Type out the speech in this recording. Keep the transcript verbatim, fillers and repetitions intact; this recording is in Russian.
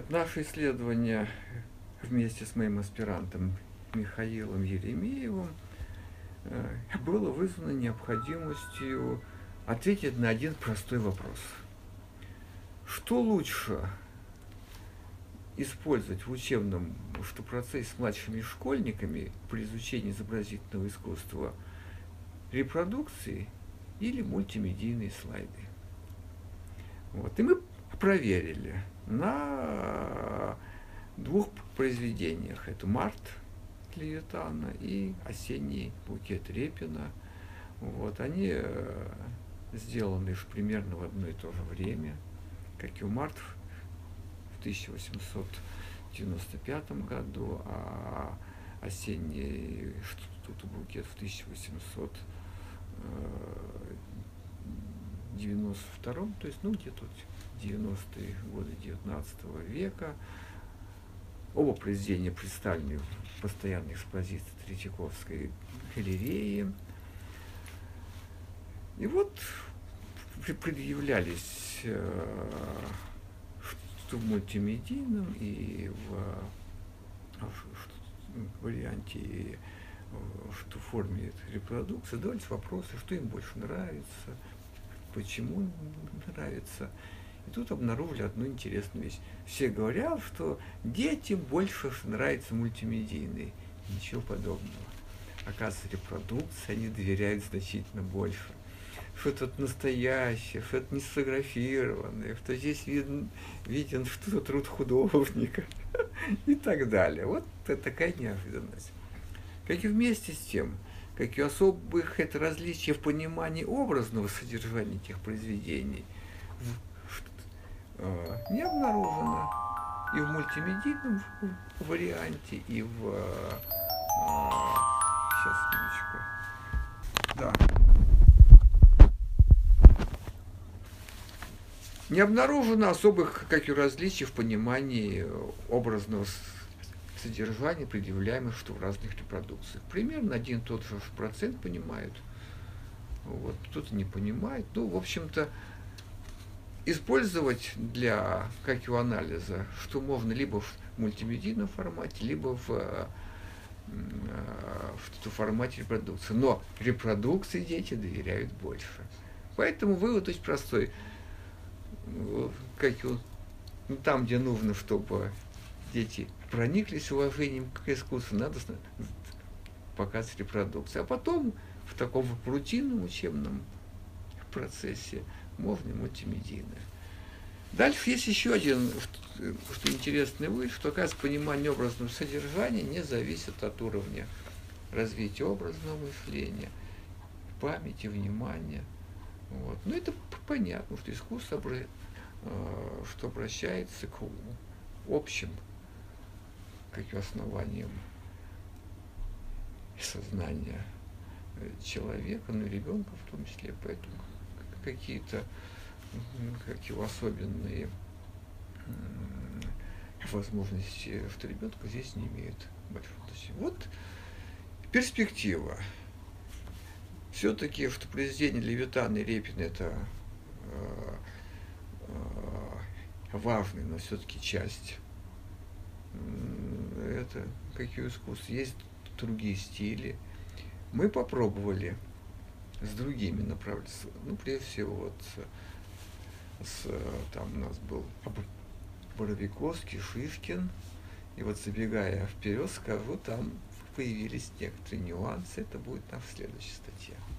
Вот наше исследование вместе с моим аспирантом Михаилом Еремеевым было вызвано необходимостью ответить на один простой вопрос. Что лучше использовать в учебном что процессе с младшими школьниками при изучении изобразительного искусства: репродукции или мультимедийные слайды? Вот. И мы проверили на двух произведениях. Это «Март» Левитана и «Осенний букет» Репина. Вот. Они сделаны примерно в одно и то же время, как и у «Март» в тысяча восемьсот девяносто пятом году, а «Осенний что-то букет» в тысяча восемьсот девяносто втором, то есть, ну, где-то девяностые годы девятнадцатого века. Оба произведения представлены в постоянной экспозиции Третьяковской галереи. И вот предъявлялись что в мультимедийном и в, в варианте, и что в форме репродукции задавались вопросы, что им больше нравится, почему нравится. И тут обнаружили одну интересную вещь. Все говорят, что детям больше нравится мультимедийный. Ничего подобного. Оказывается, репродукции они доверяют значительно больше. Что это настоящее, что это не сфотографированное, что здесь виден, виден что-то труд художника и так далее. Вот это такая неожиданность. Как и вместе с тем, как и особых это различия в понимании образного содержания этих произведений не обнаружено и в мультимедийном варианте, и в... Сейчас, минуточку. Да. Не обнаружено особых, как и различий в понимании образного содержания, предъявляемых что в разных репродукциях. Примерно один и тот же процент понимают, вот, кто-то не понимает. Ну, в общем-то, использовать для, как и у анализа, что можно либо в мультимедийном формате, либо в, в формате репродукции. Но репродукции дети доверяют больше. Поэтому вывод очень простой. Как и, ну, там, где нужно, чтобы дети прониклись уважением к искусству, надо показывать репродукцию. А потом в таком рутинном учебном процессе можно и мультимедийное. Дальше есть еще один, что интересный вывод, что, оказывается, понимание образного содержания не зависит от уровня развития образного мышления, памяти, внимания. Вот. Но это понятно, что искусство, что обращается к общим, как и основаниям сознания человека, ну и ребенка в том числе, поэтому какие-то, как его особенные возможности, что ребенка здесь не имеет большого значения. Вот перспектива. Все-таки, что произведение Левитана и Репина — это э, э, важная, но все-таки часть. Это, как и у искусства, есть другие стили. Мы попробовали с другими направлениями. Ну, прежде всего, вот с, с, там у нас был Боровиковский, Шишкин. И вот, забегая вперед, скажу, там появились некоторые нюансы. Это будет там в следующей статье.